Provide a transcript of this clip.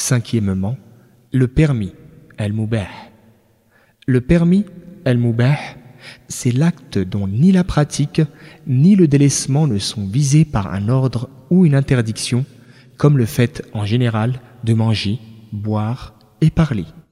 Cinquièmement, le permis, al-mubah. Le permis, al-mubah, c'est l'acte dont ni la pratique ni le délaissement ne sont visés par un ordre ou une interdiction, comme le fait en général de manger, boire et parler.